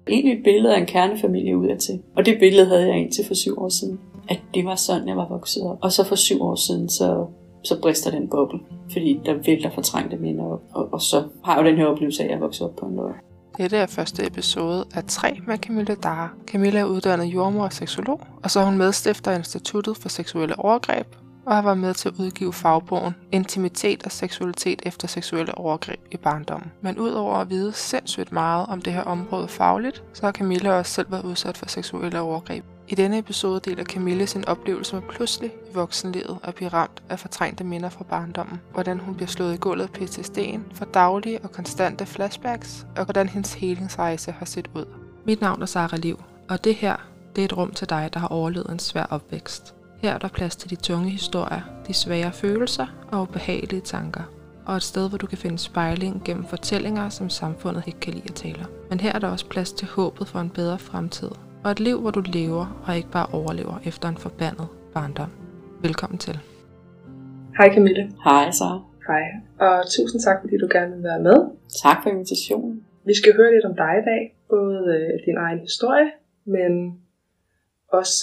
egentlig et billede af en kernefamilie udadtil. Og det billede havde jeg indtil for 7 år siden. At det var sådan, jeg var vokset op. Og så for 7 år siden, så brister den boble. Fordi der vælter fortrængte minder op. Og så har jeg jo den her oplevelse af, at jeg er vokset op på en lod. Dette er første episode af 3 med Camilla Dare. Camilla er uddannet jordemoder og seksolog, og så er hun medstifter af Instituttet for Seksuelle Overgreb, og har været med til at udgive fagbogen Intimitet og seksualitet efter seksuelle overgreb i barndommen. Men udover at vide sindssygt meget om det her område fagligt, så har Camilla også selv været udsat for seksuelle overgreb. I denne episode deler Camilla sin oplevelse med pludselig i voksenlivet at blive ramt af fortrængte minder fra barndommen, hvordan hun bliver slået i gulvet af PTSD'en for daglige og konstante flashbacks, og hvordan hendes helingsrejse har set ud. Mit navn er Sara Liv, og det her, det er et rum til dig, der har overlevet en svær opvækst. Her er der plads til de tunge historier, de svære følelser og ubehagelige tanker. Og et sted, hvor du kan finde spejling gennem fortællinger, som samfundet ikke kan lide at tale om. Men her er der også plads til håbet for en bedre fremtid. Og et liv, hvor du lever og ikke bare overlever efter en forbandet barndom. Velkommen til. Hej Camille. Hej Sara. Hej, og tusind tak, fordi du gerne vil være med. Tak for invitationen. Vi skal høre lidt om dig i dag. Både din egen historie, men også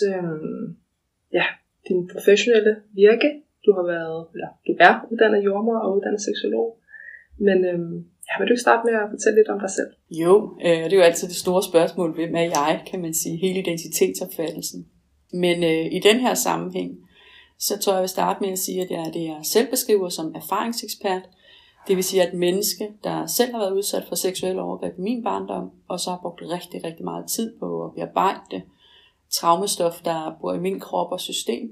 din professionelle virke. Du er uddannet jordemoder og uddannet seksolog. Men vil du ikke starte med at fortælle lidt om dig selv? Jo, det er jo altid det store spørgsmål, hvem er jeg, kan man sige, hele identitetsopfattelsen. Men i den her sammenhæng, så tror jeg, vil starte med at sige, at jeg selv beskriver som erfaringsekspert. Det vil sige, at et menneske, der selv har været udsat for seksuelle overgreb i min barndom, og så har brugt rigtig, rigtig meget tid på at bearbejde det, traumestof, der bor i min krop og system,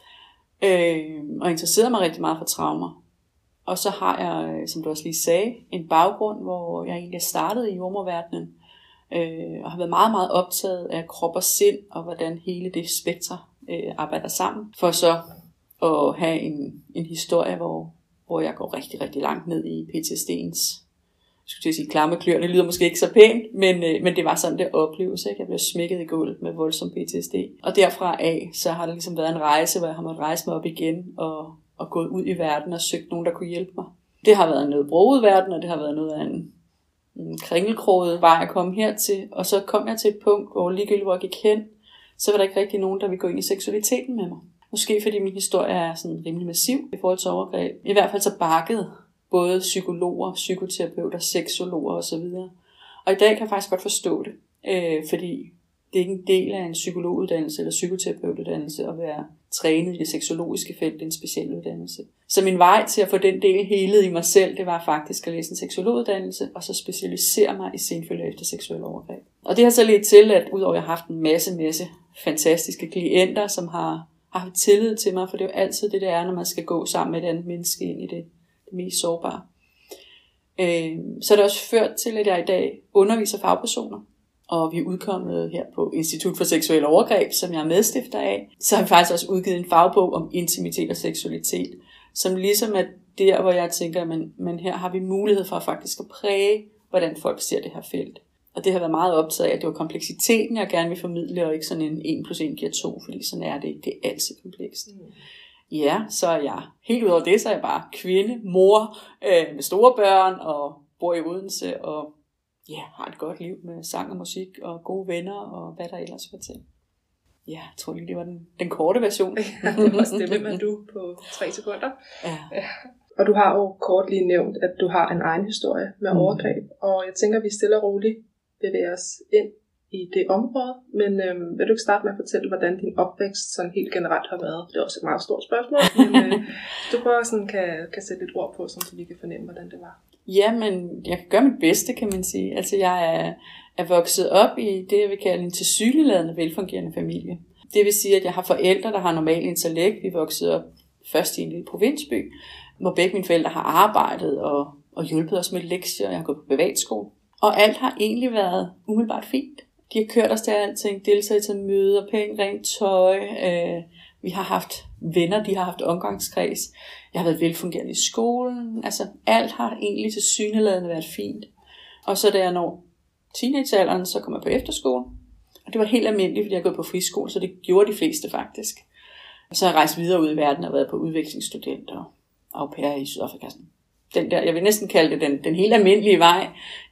og interesserer mig rigtig meget for traumer. Og så har jeg, som du også lige sagde, en baggrund, hvor jeg egentlig startede i jordemoderverdenen, og har været meget, meget optaget af krop og sind, og hvordan hele det spektre arbejder sammen, for så at have en historie, hvor jeg går rigtig, rigtig langt ned i PTSD'ens, jeg skulle til at sige klammeklør, det lyder måske ikke så pænt, men det var sådan, det opleves, ikke? Jeg blev smækket i gulvet med voldsom PTSD. Og derfra af, så har der ligesom været en rejse, hvor jeg har måttet rejse mig op igen, og gået ud i verden og søgt nogen, der kunne hjælpe mig. Det har været noget broget verden, og det har været noget af en kringelkroget vej at komme hertil. Og så kom jeg til et punkt, hvor ligegyldigt hvor jeg gik hen, så var der ikke rigtig nogen, der ville gå ind i seksualiteten med mig. Måske fordi min historie er sådan rimelig massiv i forhold til overgreb. I hvert fald så bakkede både psykologer, psykoterapeuter, seksologer osv. Og i dag kan jeg faktisk godt forstå det, fordi det er ikke en del af en psykologuddannelse eller psykoterapeutuddannelse at være trænet i det seksologiske felt, en speciel uddannelse. Så min vej til at få den del helet i mig selv, det var faktisk at læse en seksologuddannelse, og så specialisere mig i senfølger efter seksuelle overgreb. Og det har så ledt til, at udover at jeg har haft en masse fantastiske klienter, som har haft tillid til mig, for det er jo altid det, er, når man skal gå sammen med et andet menneske ind i det mest sårbare. Så er det også ført til, at jeg i dag underviser fagpersoner, og vi er udkommet her på Institut for Seksuelle Overgreb, som jeg er medstifter af. Så har vi faktisk også udgivet en fagbog om intimitet og seksualitet, som ligesom er der, hvor jeg tænker, men her har vi mulighed for faktisk at præge, hvordan folk ser det her felt. Og det har været meget optaget af, at det var kompleksiteten, jeg gerne vil formidle, og ikke sådan en 1 + 1 = 2, fordi sådan er det ikke. Det er altid komplekst. Ja, så er jeg helt ud over det, så er jeg bare kvinde, mor med store børn, og bor i Odense, og har et godt liv med sang og musik, og gode venner, og hvad der ellers var til. Ja, jeg tror lige, det var den korte version. Ja, det var også det. Hvem er du på 3 sekunder? Ja. Og du har jo kort lige nævnt, at du har en egen historie med overgreb, og jeg tænker, at vi stille og roligt bevæger os ind i det område, men vil du ikke starte med at fortælle, hvordan din opvækst sådan helt generelt har været? Det er også et meget stort spørgsmål, men du prøver sådan kan sætte lidt ord på, så vi kan fornemme, hvordan det var. Ja, men jeg kan gøre mit bedste, kan man sige. Altså, jeg er vokset op i det, jeg vil kalde en tilsyneladende velfungerende familie. Det vil sige, at jeg har forældre, der har normal intellekt. Vi er vokset op først i en lille provinsby, hvor begge mine forældre har arbejdet og hjulpet os med lektier. Jeg har gået på privatskole. Og alt har egentlig været umiddelbart fint. De har kørt os til alting, deltaget til møder, pænt, rent tøj. Vi har haft venner, de har haft omgangskreds. Jeg har været velfungerende i skolen. Altså alt har egentlig til syneladende været fint. Og så da jeg når teenagealderen, så kom jeg på efterskole. Og det var helt almindeligt, fordi jeg gik på friskole, så det gjorde de fleste faktisk. Og så har jeg rejst videre ud i verden og været på udvekslingsstudenter og au pair i Sydafrika. Den der, jeg vil næsten kalde det den helt almindelige vej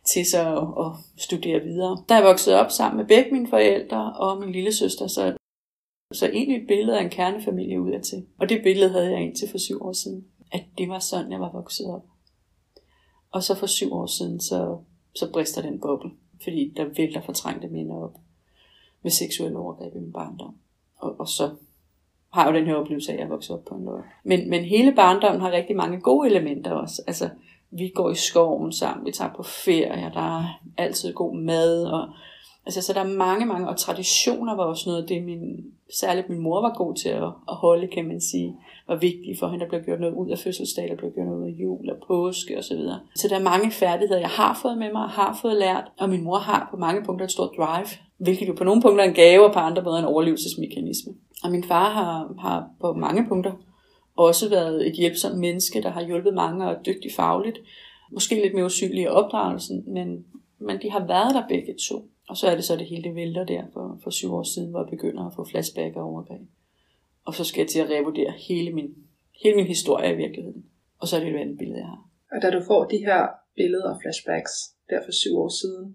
til så at studere videre. Da jeg voksede op sammen med begge mine forældre og min lille søster, så egentlig et billede af en kernefamilie udadtil. Og det billede havde jeg indtil for 7 år siden. At det var sådan, jeg var vokset op. Og så for 7 år siden, så brister den boble. Fordi der vælter fortrængte minder op med seksuelle overgreb i min barndom. Og så har jeg jo den her oplevelse af, at jeg er vokset op på en lort. Men hele barndommen har rigtig mange gode elementer også. Altså, vi går i skoven sammen, vi tager på ferie, der er altid god mad. Og, altså, så der er mange, og traditioner var også noget af det, særligt min mor var god til at holde, kan man sige, var vigtigt for hende. Der blev gjort noget ud af fødselsdag, der blev gjort noget ud af jul og påske osv. Så der er mange færdigheder, jeg har fået med mig og har fået lært. Og min mor har på mange punkter et stort drive, hvilket jo på nogle punkter er en gave, og på andre måder en overlevelsesmekanisme. Og min far har på mange punkter også været et hjælpsomt menneske, der har hjulpet mange og er dygtig fagligt. Måske lidt mere usynlig i opdragelsen, men de har været der begge to. Og så er det hele det vælter der for 7 år siden, hvor jeg begynder at få flashback og overgreb. Og så skal jeg til at revurdere hele min historie i virkeligheden. Og så er det et andet billede, jeg har. Og da du får de her billeder og flashbacks der for 7 år siden,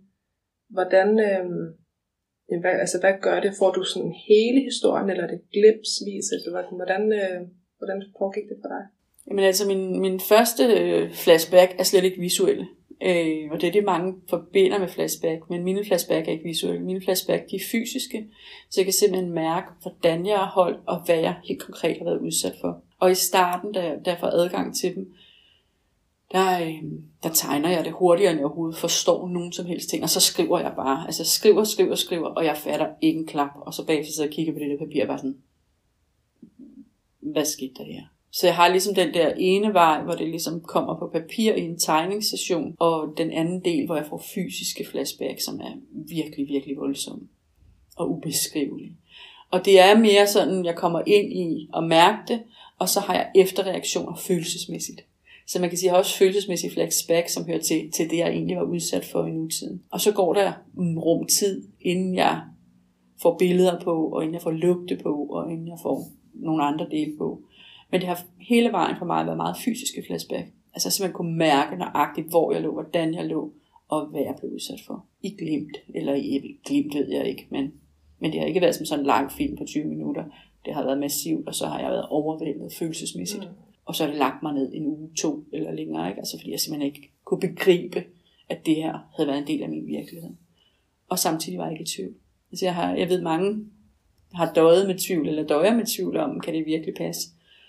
hvad gør det? Får du sådan hele historien, eller er det glimsvis? Hvordan foregik det for dig? Jamen altså, min første flashback er slet ikke visuelle. Og det er det, mange forbinder med flashback. Men mine flashback er ikke visuelle. Mine flashback, de er fysiske. Så jeg kan simpelthen mærke, hvordan jeg har holdt, og hvad jeg helt konkret har været udsat for. Og i starten, da jeg får adgang til dem, der tegner jeg det hurtigere, end jeg overhovedet forstår nogen som helst ting. Og så skriver jeg bare. Altså skriver, og jeg fatter ikke en klap. Og så bagefter så kigger jeg på det der papir og bare sådan, hvad skete der her? Så jeg har ligesom den der ene vej, hvor det ligesom kommer på papir i en tegningssession, og den anden del, hvor jeg får fysiske flashback, som er virkelig, virkelig voldsomme og ubeskrivelige. Og det er mere sådan, jeg kommer ind i og mærker det, og så har jeg efterreaktioner følelsesmæssigt. Så man kan sige, at jeg har også følelsesmæssige flashback, som hører til det, jeg egentlig var udsat for i nutiden. Og så går der en rum tid, inden jeg får billeder på, og inden jeg får lugte på, og inden jeg får nogle andre dele på. Men det har hele vejen for mig været meget fysiske flashback. Altså jeg simpelthen kunne mærke nøjagtigt, hvor jeg lå, hvordan jeg lå, og hvad jeg blev udsat for. I glimt, eller i glimt ved jeg ikke, men det har ikke været som sådan en lang film på 20 minutter. Det har været massivt, og så har jeg været overvældet følelsesmæssigt. Og så har det lagt mig ned en uge, 2 eller længere, ikke? Altså fordi jeg simpelthen ikke kunne begribe, at det her havde været en del af min virkelighed. Og samtidig var jeg ikke i tvivl. Altså jeg ved mange har døjet med tvivl, eller døjer med tvivl om, kan det virkelig passe.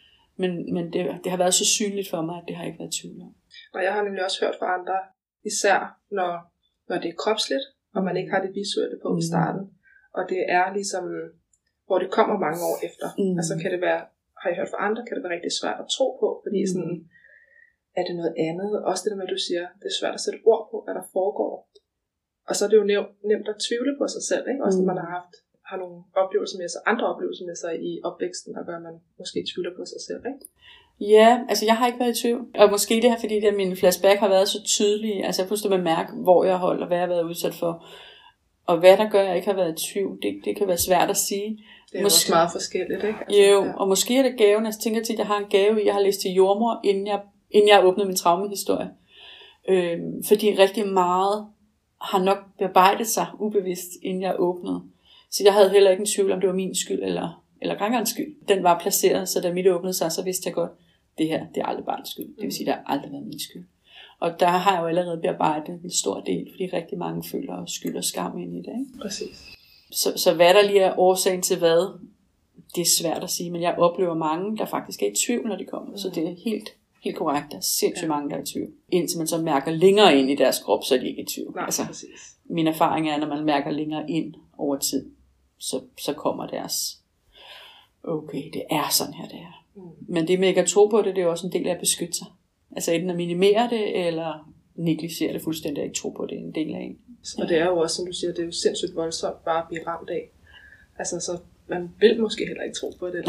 Men det har været så synligt for mig, at det har ikke været tvivl om. Og jeg har nemlig også hørt fra andre, især når det er kropsligt, og man ikke har det visuelle på i starten. Og det er ligesom, hvor det kommer mange år efter. Altså kan det være, har jeg hørt fra andre, kan det være rigtig svært at tro på, fordi sådan, er det noget andet? Også det der med, at du siger, det er svært at sætte ord på, hvad der foregår. Og så er det jo nemt at tvivle på sig selv, ikke? Også når man har nogle oplevelser med sig, andre oplevelser med sig i opvæksten, der gør, at man måske tvivler på sig selv, ikke? Ja, altså jeg har ikke været i tvivl. Og måske det her, fordi mine flashback har været så tydelige. Altså jeg pludselig at mærke, hvor jeg holder, og hvad jeg har været udsat for. Og hvad der gør, at jeg ikke har været i tvivl, det kan være svært at sige. Det er også meget forskelligt, ikke? Altså, jo, og måske er det gaven. Jeg tænker til, at jeg har en gave i, jeg har læst til jordmor, inden jeg åbnede min traumehistorie. Fordi rigtig meget har nok bearbejdet sig ubevidst, inden jeg åbnede. Så jeg havde heller ikke en tvivl, om det var min skyld eller grænkerens skyld. Den var placeret, så da mit åbnede sig, så vidste jeg godt, det her, det er aldrig barnets skyld. Det vil sige, det har aldrig været min skyld. Og der har jeg jo allerede bearbejdet en stor del, fordi rigtig mange føler skyld og skam ind i det, ikke? Præcis. Så hvad der lige er årsagen til hvad, det er svært at sige, men jeg oplever mange, der faktisk er i tvivl, når de kommer. Så det er helt korrekt. Der er sindssygt mange, der er i tvivl. Indtil man så mærker længere ind i deres krop, så er de ikke i tvivl. Nej, altså, præcis. Min erfaring er, at når man mærker længere ind over tid, så kommer deres, okay, det er sådan her, det er. Men det med ikke at tro på det, det er også en del af at beskytte sig. Altså enten at minimere det, eller negligere det fuldstændig, at ikke tro på det, er en del af en. Og det er jo også, som du siger, det er jo sindssygt voldsomt bare at blive ramt af. Altså, så man vil måske heller ikke tro på det.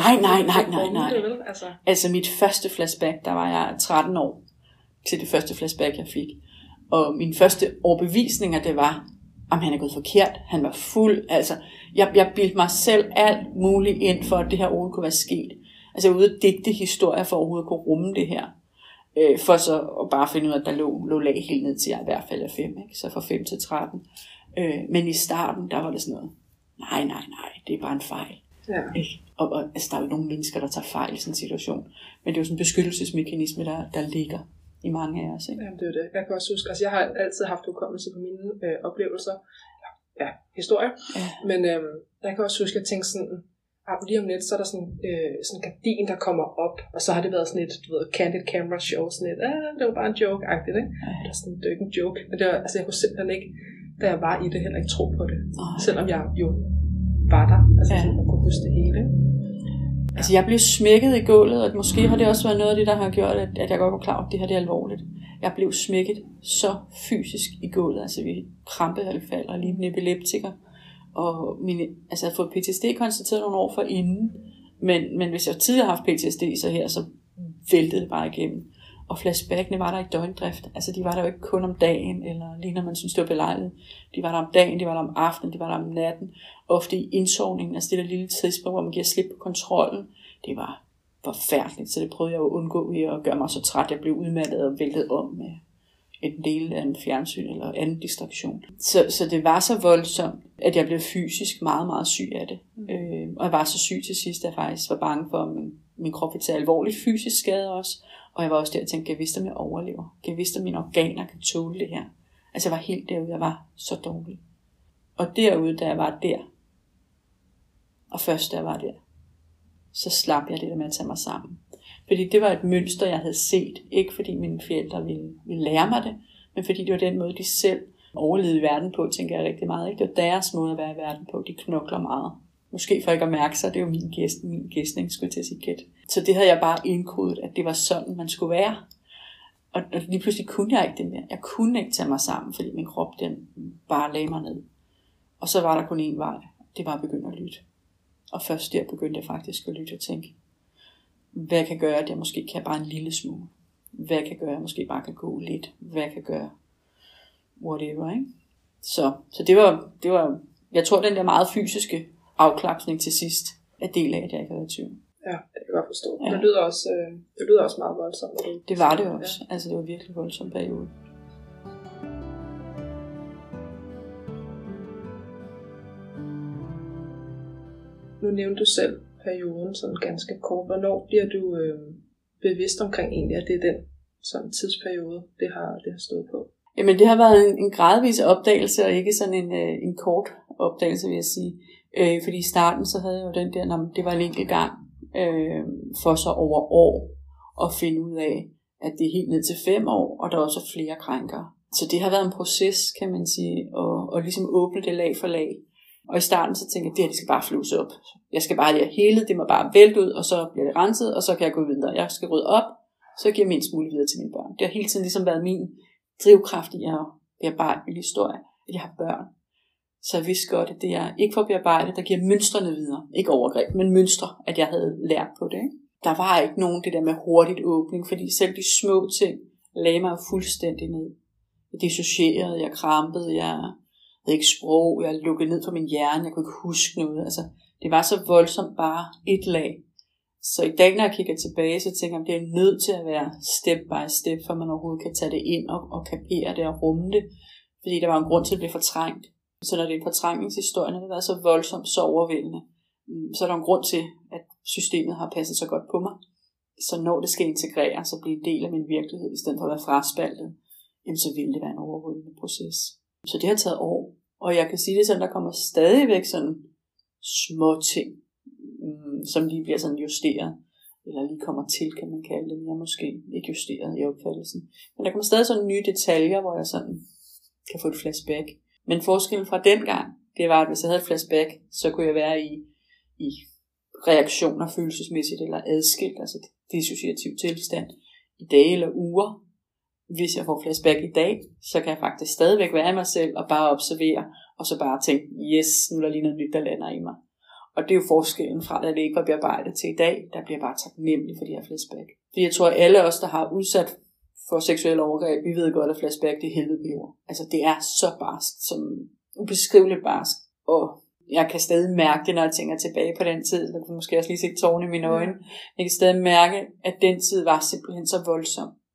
Nej. Altså mit første flashback, der var jeg 13 år til det første flashback, jeg fik. Og min første overbevisninger, det var, om han er gået forkert, han var fuld. Altså, jeg bildte mig selv alt muligt ind for, at det her overhovedet kunne være sket. Altså jeg var ude at digte historier for overhovedet at kunne rumme det her. For så at bare finde ud af, at der lå lag helt ned til, jeg i hvert fald er 5, ikke? Så fra 5 til 13. Men i starten, der var det sådan noget, nej, det er bare en fejl. Ja. Og altså, der er jo nogle mennesker, der tager fejl i sådan en situation. Men det er jo sådan en beskyttelsesmekanisme, der ligger i mange af os. Ikke? Jamen, det er det. Jeg kan også huske, altså jeg har altid haft hukommelse på mine oplevelser. Ja, historier. Ja. Men jeg kan også huske, at jeg tænkte sådan, lige om lidt, så er der sådan en gardin, der kommer op, og så har det været sådan et, du ved, candid camera show, sådan et, det var bare en joke-agtigt, ikke? Ja. Det er ikke en joke, men det var, altså jeg kunne simpelthen ikke, da jeg var i det, heller ikke tro på det, selvom jeg jo var der, altså sådan, man kunne huske det hele, ikke? Altså jeg blev smækket i gulvet, og måske har det også været noget af det, der har gjort, at jeg godt var klar over, at det her det er alvorligt. Jeg blev smækket så fysisk i gulvet, altså vi krampeanfald og lige en epileptiker. Og jeg havde fået PTSD konstateret nogle år forinden, men hvis jeg tidligere har haft PTSD, så væltede det bare igennem. Og flashbackene var der i døgndrift. Altså de var der jo ikke kun om dagen, eller lige når man synes det var belejligt. De var der om dagen, de var der om aftenen, de var der om natten. Ofte i indsovningen, altså det der lille tidspunkt, hvor man giver slip på kontrollen. Det var forfærdeligt, så det prøvede jeg at undgå ved at gøre mig så træt. Jeg blev udmattet og væltet om med en del af en fjernsyn eller anden distraktion. Så det var så voldsomt, at jeg blev fysisk meget, meget syg af det. Og jeg var så syg til sidst, at jeg faktisk var bange for, at min krop ville tage alvorligt fysisk skade også. Og jeg var også der og tænkte, kan jeg vidste, om jeg overlever? Kan jeg vidste, om mine organer kan tåle det her? Altså jeg var helt derude, jeg var så dårlig. Og derude, da jeg var der, og først da jeg var der, så slap jeg det der med at tage mig sammen. Fordi det var et mønster, jeg havde set. Ikke fordi mine forældre ville lære mig det, men fordi det var den måde, de selv overlevede verden på, tænker jeg rigtig meget. Ikke? Det var deres måde at være i verden på. De knokler meget. Måske for ikke at mærke sig, det er jo min gæstning, skulle jeg til at sige gæt. Så det havde jeg bare indkodet, at det var sådan, man skulle være. Og lige pludselig kunne jeg ikke det mere. Jeg kunne ikke tage mig sammen, fordi min krop, den bare lagde mig ned. Og så var der kun én vej. Det var at begynde at lytte. Og først der begyndte jeg faktisk at lytte og tænke, hvad kan gøre, at jeg måske kan bare en lille smule? Hvad kan gøre, at jeg måske bare kan gå lidt? Hvad kan gøre? Whatever, ikke? Så det var, jeg tror, den der meget fysiske afklapsning til sidst er del af, at jeg ikke havde tvivl. Ja, det kan jeg godt forstå. Ja. Det lyder også meget voldsomt. Det var det også. Ja. Altså, det var virkelig en voldsom periode. Nu nævnte du selv perioden sådan ganske kort. Hvornår bliver du bevidst omkring egentlig, at det er den sådan tidsperiode, det har stået på? Jamen det har været en gradvis opdagelse, og ikke sådan en kort opdagelse, vil jeg sige. Fordi i starten så havde jeg jo den der, når det var en enkelt gang, for så over år at finde ud af, at det er helt ned til 5 år, og der er også flere krænkere. Så det har været en proces, kan man sige, og ligesom åbne det lag for lag. Og i starten så tænkte jeg, det her det skal bare flyves op. Jeg skal bare have hele, det må bare vælte ud, og så bliver det renset, og så kan jeg gå videre. Jeg skal rydde op, så giver jeg mindst muligt videre til mine børn. Det har hele tiden ligesom været min drivkraft i at bearbejde min historie, at jeg har børn. Så jeg vidste godt, at det er ikke for at bearbejde, der giver mønstrene videre. Ikke overgreb, men mønstre, at jeg havde lært på det. Ikke? Der var ikke nogen det der med hurtigt åbning, fordi selv de små ting lagde mig fuldstændig ned. Jeg dissocierede, jeg krampede, jeg havde ikke sprog, jeg lukkede ned på min hjerne, jeg kunne ikke huske noget. Altså, det var så voldsomt bare et lag. Så i dag, når jeg kigger tilbage, så tænker jeg, at det er nødt til at være step by step, for man overhovedet kan tage det ind og kapere det og rumme det. Fordi der var en grund til at blive fortrængt. Så når det er en fortrængningshistorie, når det har været så voldsomt, så overvældende, så er der en grund til, at systemet har passet så godt på mig. Så når det skal integreres og blive en del af min virkelighed, i stedet for at være fraspaltet, jamen så vil det være en overvældende proces. Så det har taget år. Og jeg kan sige det sådan, der kommer stadigvæk sådan små ting, som lige bliver sådan justeret. Eller lige kommer til, kan man kalde det. Jeg måske ikke justeret i opfattelsen. Men der kommer stadig sådan nye detaljer, hvor jeg sådan kan få et flashback. Men forskellen fra dengang, det var, at hvis jeg havde et flashback, så kunne jeg være i reaktioner følelsesmæssigt eller adskilt, altså dissociativ tilstand, i dage eller uger. Hvis jeg får flashback i dag, så kan jeg faktisk stadigvæk være i mig selv og bare observere, og så bare tænke, yes, nu er der lige noget nyt, der lander i mig. Og det er jo forskellen fra, at det ikke var bearbejdet til i dag, der bliver bare taknemmelig for de her flashback. Fordi jeg tror, at alle os, der har udsat for seksuelle overgreb, vi ved godt, at flashback det er helvede på jord. Altså det er så barskt, som ubeskriveligt barskt. Og jeg kan stadig mærke det, når jeg tænker tilbage på den tid. Der kan måske også lige se tårne i mine øjne. Jeg kan stadig mærke, at den tid var simpelthen så voldsom.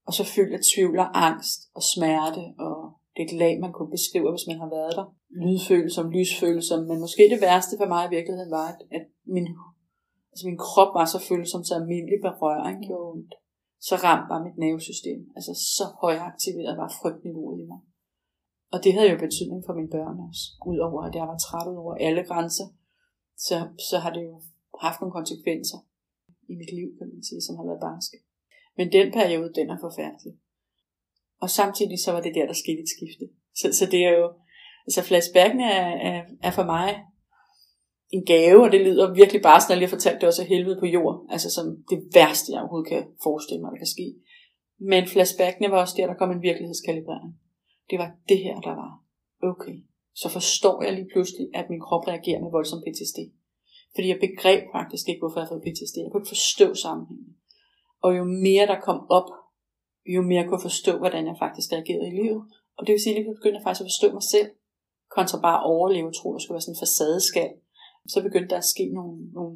Og så følte jeg tvivl og angst og smerte, og det er et lag, man kunne beskrive, hvis man har været der. Lydfølsom, lysfølsom, men måske det værste for mig i virkeligheden var, at min krop var så følsom, så almindelig berøring gjorde ondt. Så ramt var mit nervesystem. Altså så højaktiveret var frygtniveauet i mig. Og det havde jo betydning for mine børn også. Udover at jeg var træt ud over alle grænser, så har det jo haft nogle konsekvenser i mit liv, kan man sige, som har været barske. Men den periode, den er forfærdelig. Og samtidig så var det der skete et skifte. Så det er jo, altså flashbacken er for mig en gave, og det lyder virkelig bare sådan, at jeg fortalte det også af helvede på jord. Altså som det værste, jeg overhovedet kan forestille mig, der kan ske. Men flashbackene var også der kom en virkelighedskalibrering. Det var det her, der var okay. Så forstår jeg lige pludselig, at min krop reagerer med voldsom PTSD. Fordi jeg begreb faktisk ikke, hvorfor jeg havde fået PTSD. Jeg kunne ikke forstå sammenhængen. Og jo mere der kom op, jo mere kunne jeg forstå, hvordan jeg faktisk reagerede i livet. Og det vil sige, at jeg begyndte faktisk at forstå mig selv, kontra bare at overleve, tro, der skulle være sådan en facadeskal. Så begyndte der at ske nogle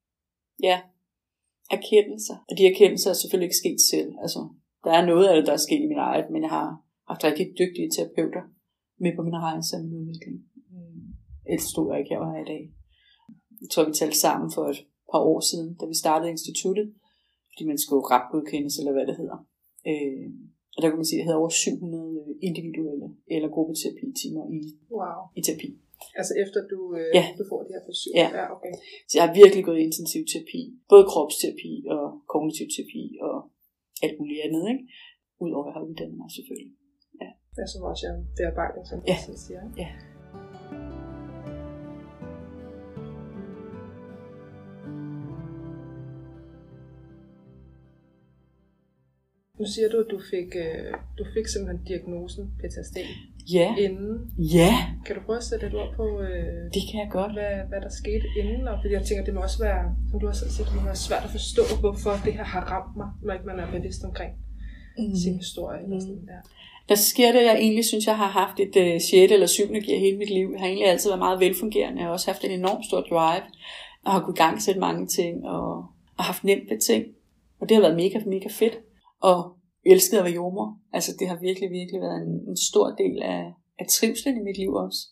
erkendelser. Og de erkendelser er selvfølgelig ikke sket selv. Altså, der er noget af det, der er sket i min eget, men jeg har haft rigtig dygtige terapeuter med på min rejse og min udvikling. Ellers stod jeg ikke her, hvor jeg er i dag. Jeg tror, vi talte sammen for et par år siden, da vi startede instituttet, fordi man skulle rapgodkendes, eller hvad det hedder. Og der kan man sige, at jeg havde over 700 individuelle eller gruppeterapi-timer i terapi. Altså efter du får de her forsøg? Ja. Ja, okay. Så jeg har virkelig gået i intensiv terapi. Både kropsterapi og kognitiv terapi og alt muligt andet, ikke? Udover at jeg har uddannet mig selvfølgelig. Ja. Altså også bearbejdning, som du siger. Ja. Nu siger du, at du fik simpelthen diagnosen PTSD inden. Ja. Kan du prøve at sætte et ord på, det kan jeg godt. Hvad der skete inden? Og fordi jeg tænker, det må også være, som du har sagt, det må være svært at forstå, hvorfor det her har ramt mig, når ikke man er bevidst omkring sin historie. Eller sådan der. Der sker det, jeg egentlig synes, jeg har haft et 6. eller 7. gear hele mit liv. Jeg har egentlig altid været meget velfungerende. Jeg har også haft en enormt stor drive, og har kunnet igangsætte mange ting, og haft nemt ved ting. Og det har været mega, mega fedt. Og elsket at være jordmor. Altså det har virkelig, virkelig været en stor del af trivslen i mit liv også.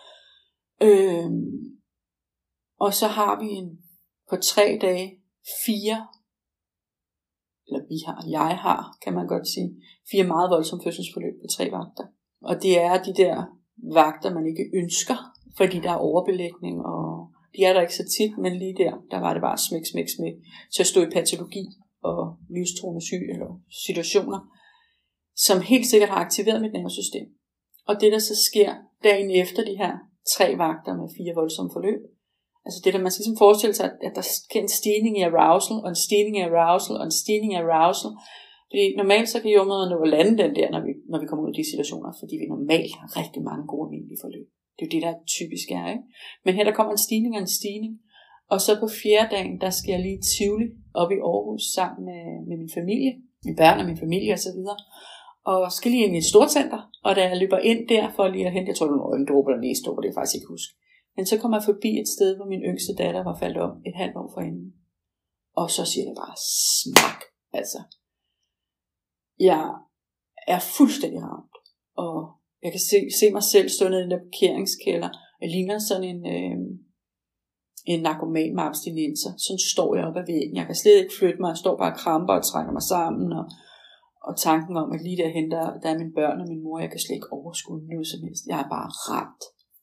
Og så har vi på 3 dage 4, eller jeg har, kan man godt sige, 4 meget voldsomme fødselsforløb på 3 vagter. Og det er de der vagter, man ikke ønsker, fordi der er overbelægning, og de er der ikke så tit, men lige der var det bare smæk til at stå i patologi og livstruende syg eller situationer, som helt sikkert har aktiveret mit nervesystem. Og det der så sker dagen efter de her 3 vagter med 4 voldsomme forløb, altså det der man skal ligesom forestille sig, at der sker en stigning i arousal, og en stigning i arousal, og en stigning i arousal. Fordi normalt så kan jordmødrene nå at lande den der, når vi kommer ud i de situationer, fordi vi normalt har rigtig mange gode almindelige forløb. Det er jo det, der typisk er, ikke? Men her der kommer en stigning og en stigning. Og så på 4. dagen, der skal jeg lige Tivoli op i Aarhus sammen med min familie, mine børn og min familie osv. Og skal lige ind i et storcenter, og da jeg løber ind der for lige at hente, jeg tror det var nogle øjendråber eller næsdråber, det er jeg faktisk ikke huske. Men så kommer jeg forbi et sted, hvor min yngste datter var faldet om et halvt år forinden. Og så siger det bare smak. Altså, jeg er fuldstændig ramt, og jeg kan se mig selv stå nede i den der parkeringskælder. Jeg ligner sådan en narkoman med abstinenser. Sådan står jeg op ad væggen. Jeg kan slet ikke flytte mig. Jeg står bare og kramper og trækker mig sammen. Og tanken om, at lige derhen, der er mine børn og min mor, jeg kan slet ikke overskue noget som helst. Jeg er bare ramt.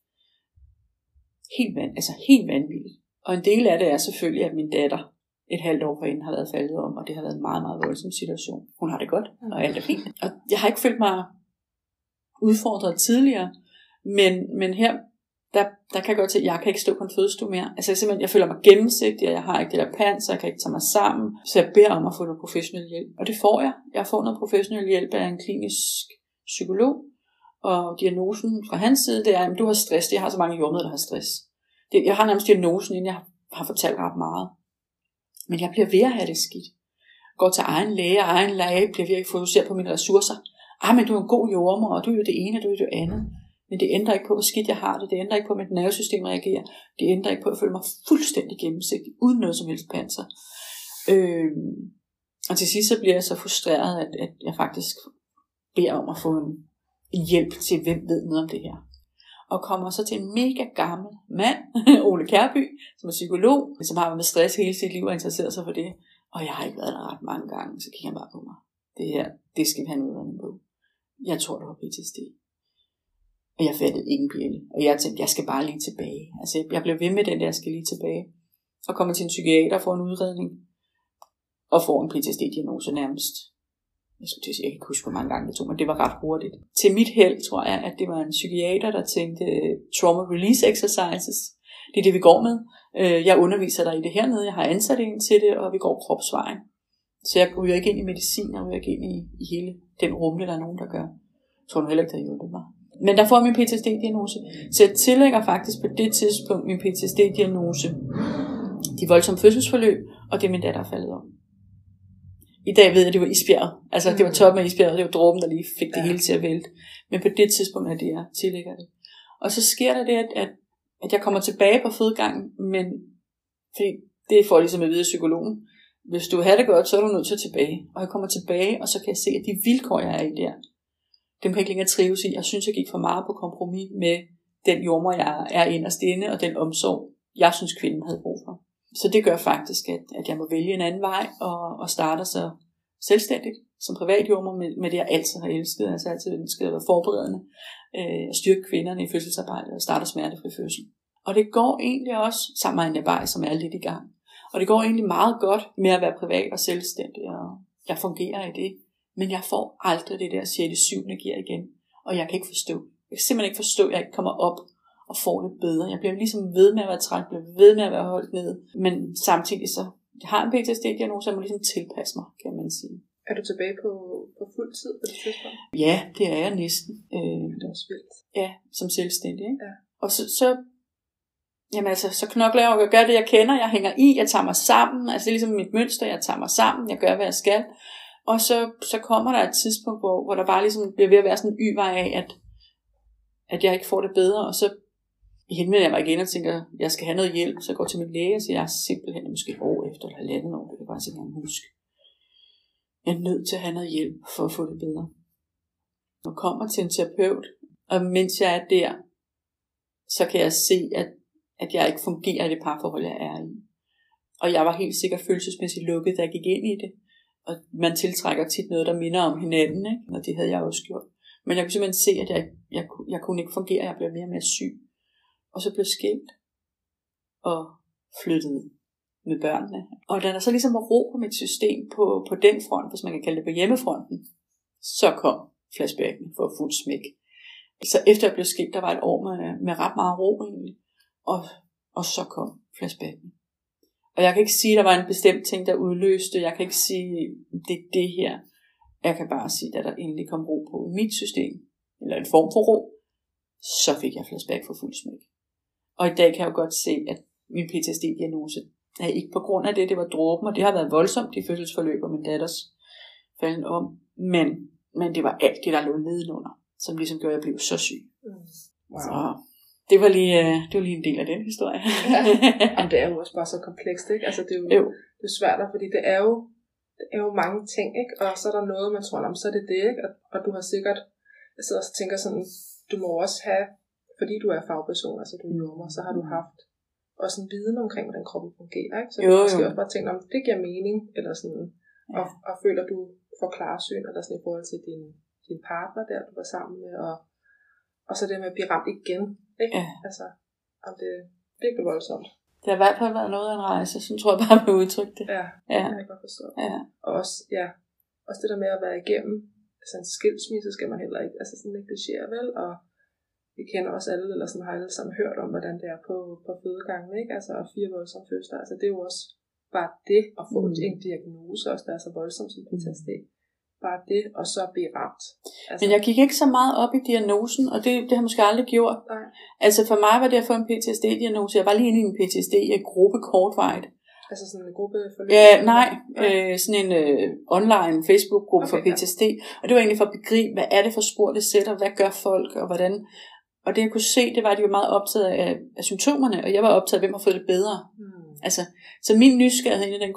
Helt vanvittigt. Og en del af det er selvfølgelig, at min datter et halvt år forinden har været faldet om, og det har været en meget, meget voldsom situation. Hun har det godt, og alt er fint. Og jeg har ikke følt mig udfordret tidligere, men her, der kan jeg godt se, at jeg kan ikke stå på en fødestue mere. Altså jeg føler mig gennemsigtig, og jeg har ikke det der panser, jeg kan ikke tage mig sammen. Så jeg beder om at få noget professionel hjælp. Og det får jeg. Jeg får noget professionel hjælp af en klinisk psykolog. Og diagnosen fra hans side, det er, at du har stress. Jeg har så mange jordmødre, der har stress. Jeg har nærmest diagnosen, inden jeg har fortalt ret meget. Men jeg bliver ved at have det skidt. Går til egen læge, bliver ved at fokusere på mine ressourcer. Men du er en god jordmor, og du er jo det ene, og du er jo det andet. Men det ændrer ikke på, hvor skidt jeg har det. Det ændrer ikke på, at mit nervesystem reagerer. Det ændrer ikke på, at jeg føler mig fuldstændig gennemsigtig, uden noget som helst panser. Og til sidst så bliver jeg så frustreret, at jeg faktisk beder om at få en hjælp til, hvem ved noget om det her. Og kommer så til en mega gammel mand, Ole Kærby, som er psykolog, som har været med stress hele sit liv og interesseret sig for det. Og jeg har ikke været der ret mange gange, så kigger han bare på mig. Det her, det skal vi have en udredning på. Jeg tror, du har PTSD. Og jeg fattede ingen bjælle. Og jeg tænkte, jeg skal bare lige tilbage. Altså, jeg blev ved med den der, jeg skal lige tilbage. Og kommer til en psykiater, får en udredning. Og får en PTSD-diagnose nærmest. Jeg kan ikke huske, hvor mange gange det tog, men det var ret hurtigt. Til mit held, tror jeg, at det var en psykiater, der tænkte trauma release exercises. Det er det, vi går med. Jeg underviser dig i det hernede. Jeg har ansat en til det, og vi går kropsvejen. Så jeg ryger ikke ind i medicin, jeg ryger ikke ind i hele den rumle, der er nogen, der gør. Jeg tror nu heller ikke, der hjælper mig. Men der får min PTSD-diagnose. Så jeg tillægger faktisk på det tidspunkt min PTSD-diagnose de voldsomme fødselsforløb, og det min datter er faldet om. I dag ved jeg, at det var isbjerget. Altså, det var toppen af isbjerget, det var dråben, der lige fik det hele til at vælte. Men på det tidspunkt er det, jeg tillægger det. Og så sker der det, at jeg kommer tilbage på fødegangen, men fordi det får ligesom at vide af psykologen. Hvis du vil have det godt, så er du nødt til at tilbage. Og jeg kommer tilbage, og så kan jeg se, at de vilkår, jeg er i der, dem kan jeg ikke længere trives i. Jeg synes, jeg gik for meget på kompromis med den jordmor, jeg er inderst inde, og den omsorg, jeg synes, kvinden havde brug for. Så det gør faktisk, at jeg må vælge en anden vej, og starter så selvstændigt som privatjordmor med det, jeg altid har elsket. Altså altid ønsket at være forberedende, at styrke kvinderne i fødselsarbejdet og starte smertefri fødsel. Og det går egentlig også sammen med en vej, som er lidt i gang. Og det går egentlig meget godt med at være privat og selvstændig, og jeg fungerer i det. Men jeg får aldrig det der 6. 7. gear igen. Og jeg kan ikke forstå. Jeg kan simpelthen ikke forstå, at jeg ikke kommer op og får det bedre. Jeg bliver ligesom ved med at være træt, bliver ved med at være holdt nede. Men samtidig så, jeg har en PTSD-diagnose, jeg må ligesom tilpasse mig, kan man sige. Er du tilbage på fuld tid på det tidspunkt? Ja, det er jeg næsten. Det er også vildt. Ja, som selvstændig. Ikke? Ja. Og jamen altså, så knokler jeg og gør det, jeg kender. Jeg hænger i, jeg tager mig sammen. Altså det er ligesom mit mønster, jeg tager mig sammen. Jeg gør, hvad jeg skal. Og så kommer der et tidspunkt, hvor der bare ligesom bliver ved at være sådan en y-vej af, at jeg ikke får det bedre. Og så henvender jeg mig igen og tænker, jeg skal have noget hjælp. Så jeg går til min læge og siger, jeg er simpelthen måske et år efter eller 1,5 år. Det kan jeg bare ikke engang huske. Jeg er nødt til at have noget hjælp for at få det bedre. Jeg kommer til en terapeut, og mens jeg er der, så kan jeg se, at jeg ikke fungerer i det parforhold, jeg er i. Og jeg var helt sikkert følelsesmæssigt lukket, da jeg gik ind i det. Og man tiltrækker tit noget, der minder om hinanden, ikke? Og det havde jeg også gjort. Men jeg kunne simpelthen se, at jeg kunne ikke fungere, jeg blev mere og mere syg. Og så blev skilt og flyttet med børnene. Og da der så ligesom var ro på mit system på den front, hvis man kan kalde det på hjemmefronten, så kom flashbacken for fuld smæk. Så efter jeg blev skilt, der var et år med ret meget ro egentlig. Og så kom flashbacken. Og jeg kan ikke sige, at der var en bestemt ting, der udløste. Jeg kan ikke sige, det er det her. Jeg kan bare sige, at der endelig kom ro på i mit system, eller en form for ro, så fik jeg flashback for fuld smæk. Og i dag kan jeg jo godt se, at min PTSD-diagnose er ikke på grund af det. Det var dråben, og det har været voldsomt, de fødselsforløb og min datters falden om. Men det var alt det, der lå nedenunder, som ligesom gjorde, at jeg blev så syg. Wow. Så det var lige en del af den historie. Ja. Jamen, det er jo også bare så komplekst, ikke? Altså, det er jo det er svært, fordi det er jo mange ting, ikke? Og så er der noget, man tror, så er det det, ikke? Og du har sikkert, jeg sidder og tænker sådan, du må også have, fordi du er fagperson, altså du er jordmor, så har du haft også en viden omkring, hvordan kroppen fungerer, ikke? Så du måske også bare tænke, om det giver mening, eller sådan, og føler du får klarsyn, eller sådan i forhold til din partner der, du var sammen med, og så det med at blive ramt igen, ikke? Ja. Altså, om det er virkelig voldsomt. Det har i hvert fald været noget af en rejse, så tror jeg bare, at man udtrykke det. Ja, det kan jeg godt forstå. Ja. Og også det der med at være igennem, altså en skilsmisse skal man heller ikke, altså sådan negligere vel, og vi kender også alle, eller sådan har alle sammen hørt om, hvordan det er på fødegangen, ikke? Altså 4 voldsomme fødsler, altså det er jo også bare det at få en diagnose, også der er så voldsomt som PTSD. Bare det, og så blive ramt. Altså. Men jeg gik ikke så meget op i diagnosen, og det har jeg måske aldrig gjort. Nej. Altså for mig var det at få en PTSD-diagnose. Jeg var lige inde i en PTSD i en gruppe kortvarigt. Altså sådan en gruppe forløb? Ja, nej. Sådan en online Facebook-gruppe for PTSD. Og det var egentlig for at begribe, hvad er det for spor, det sætter, hvad gør folk, og hvordan. Og det jeg kunne se, det var, at de var meget optaget af symptomerne, og jeg var optaget af, hvem har fået det bedre. Altså, så min nysgerrighed i den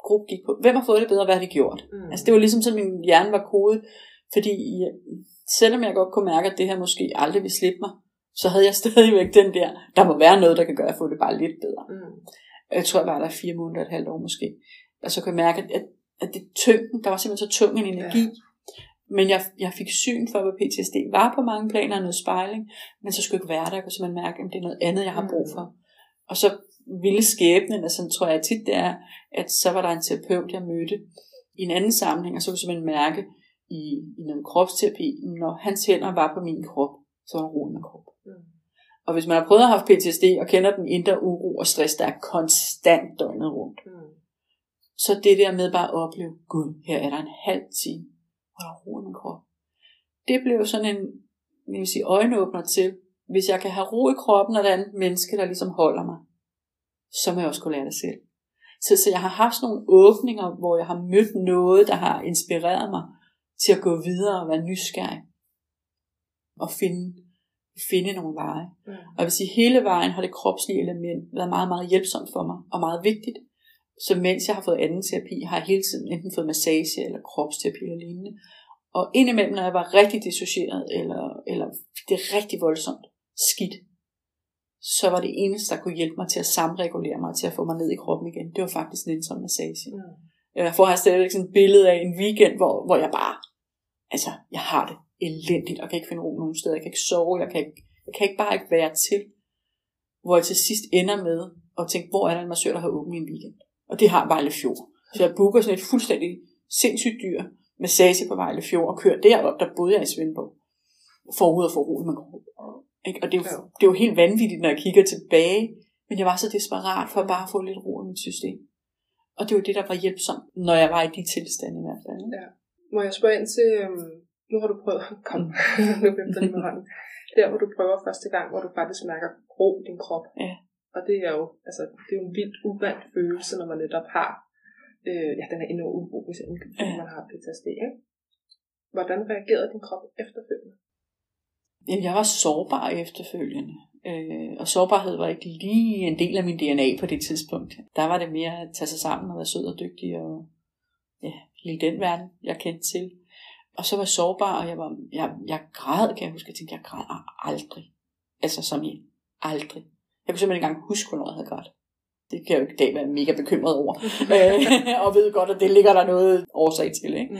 gruppe gik på. Hvem har fået det bedre, hvad har de gjort? Altså det var ligesom sådan, min hjerne var kodet, fordi selvom jeg godt kunne mærke, at det her måske aldrig ville slippe mig, så havde jeg stadigvæk den der må være noget, der kan gøre, at få det bare lidt bedre. Jeg tror, jeg var der 4 måneder, et halvt år måske. Og så kunne jeg mærke, at det tyngden, der var simpelthen så tung en energi. Ja. Men jeg fik syn for, hvad PTSD var på mange planer, noget spejling, men så skulle jeg ikke være der. Jeg kunne simpelthen mærke, at det er noget andet, jeg har brug for. Og så ville skæbnen, og sådan tror jeg tit det er, at så var der en terapeut, jeg mødte i en anden sammenhæng, og så kunne jeg simpelthen mærke i noget kropsterapi, når hans hænder var på min krop, så var der ro i min krop. Og hvis man har prøvet at have PTSD og kender den indre uro og stress, der er konstant døgnet rundt, så det der med bare at opleve, gud, her er der en halv time, hvor der er ro i min krop. Det blev sådan en, jeg vil sige, øjenåbner til, hvis jeg kan have ro i kroppen, og der er et menneske, der ligesom holder mig, så må jeg også kunne lære det selv. Så jeg har haft sådan nogle åbninger, hvor jeg har mødt noget, der har inspireret mig til at gå videre og være nysgerrig. Og finde nogle veje. Og jeg vil sige, hele vejen har det kropslige element været meget, meget hjælpsomt for mig, og meget vigtigt. Så mens jeg har fået anden terapi, har jeg hele tiden enten fået massage, eller kropsterapi eller lignende. Og indimellem, når jeg var rigtig dissocieret, eller det er rigtig voldsomt skidt, så var det eneste, der kunne hjælpe mig til at samregulere mig, til at få mig ned i kroppen igen. Det var faktisk en ensom massage. Jeg får stadigvæk sådan et billede af en weekend, hvor jeg bare, altså, jeg har det elendigt, og kan ikke finde ro nogen steder, jeg kan ikke sove, jeg kan ikke bare ikke være til, hvor jeg til sidst ender med at tænke, hvor er der en massør, der har åbent i en weekend? Og det har Vejle Fjord. Så jeg booker sådan et fuldstændig sindssygt dyr massage på Vejle Fjord, og kører derop, der boede jeg i Svendborg, forud og for ro i min krop. Og det er jo helt vanvittigt, når jeg kigger tilbage, men jeg var så desperat for at bare få lidt ro i mit system. Og det var det, der var hjælpsomt, når jeg var i de tilstande i hvert fald. Ja. Må jeg spørge ind til, nu har du prøvet, nu venter lige med hånden, der hvor du prøver første gang, hvor du faktisk mærker ro i din krop. Ja. Og det er jo, altså, det er jo en vildt uvant følelse, når man netop har, den er enormt uro, hvis man har PTSD, ikke? Hvordan reagerede din krop efterfølgende? Jamen, jeg var sårbar efterfølgende. Og sårbarhed var ikke lige en del af min DNA på det tidspunkt. Der var det mere at tage sig sammen og være sød og dygtig og hele den verden, jeg kendte til. Og så var jeg sårbar, og jeg græd, kan jeg huske. Jeg tænkte, jeg græd aldrig. Altså som i aldrig. Jeg kunne simpelthen ikke engang huske, hvornår jeg havde grædt. Det kan jeg jo ikke i dag være mega bekymret over. Og ved godt, at det ligger der noget årsag til. Ikke?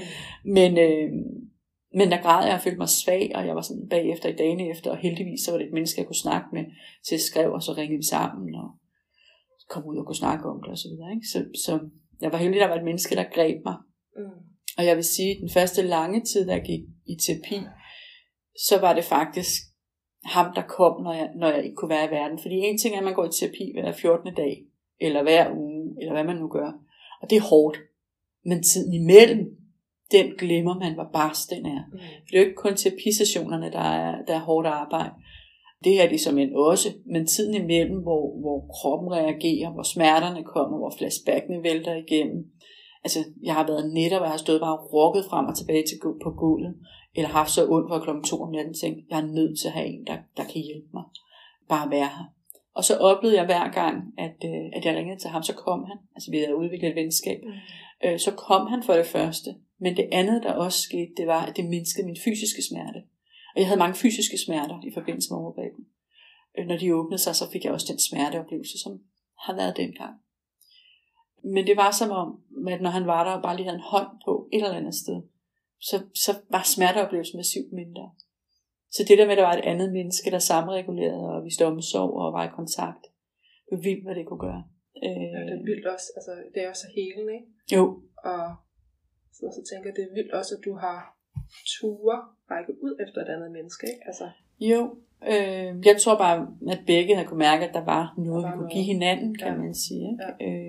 Men der græd jeg og følte mig svag, og jeg var sådan bagefter i dagene efter, og heldigvis så var det et menneske, jeg kunne snakke med, til jeg skrev, og så ringede vi sammen, og kom ud og kunne snakke om det, og så videre. Ikke? Så jeg var heldig, der var et menneske, der greb mig. Og jeg vil sige, at den første lange tid, da jeg gik i terapi, så var det faktisk ham, der kom, når jeg ikke kunne være i verden. Fordi en ting er, at man går i terapi hver 14. dag, eller hver uge, eller hvad man nu gør. Og det er hårdt. Men tiden imellem, den glemmer man, hvor barsk den er. For det er jo ikke kun terapisessionerne, der er hårdt arbejde. Det er det som også, men tiden imellem, hvor kroppen reagerer, hvor smerterne kommer, hvor flashbackene vælter igennem. Altså, jeg har været netop, og jeg har stået bare rokket frem og tilbage på gulvet, eller haft så ondt for 2:00 om natten, tænkt, jeg er nødt til at have en, der kan hjælpe mig. Bare være her. Og så oplevede jeg hver gang, at jeg ringede til ham, så kom han. Altså, vi havde udviklet et venskab. Så kom han for det første. Men det andet, der også skete, det var, at det mindskede min fysiske smerte. Og jeg havde mange fysiske smerter i forbindelse med overgrebet. Når de åbnede sig, så fik jeg også den smerteoplevelse, som har været dengang. Men det var som om, at når han var der og bare lige havde en hånd på et eller andet sted, så var smerteoplevelsen massivt mindre. Så det der med, at der var et andet menneske, der samregulerede og viste omsorg og var i kontakt, det var vildt, hvad det kunne gøre. Ja, det er vildt også. Altså, det er også så helende, ikke? Jo. Og så tænker jeg, det er vildt også, at du har ture række ud efter et andet menneske, ikke? Altså. Jo. Jeg tror bare, at begge havde kunne mærke, at der var noget, vi kunne give hinanden, kan man sige. Ikke?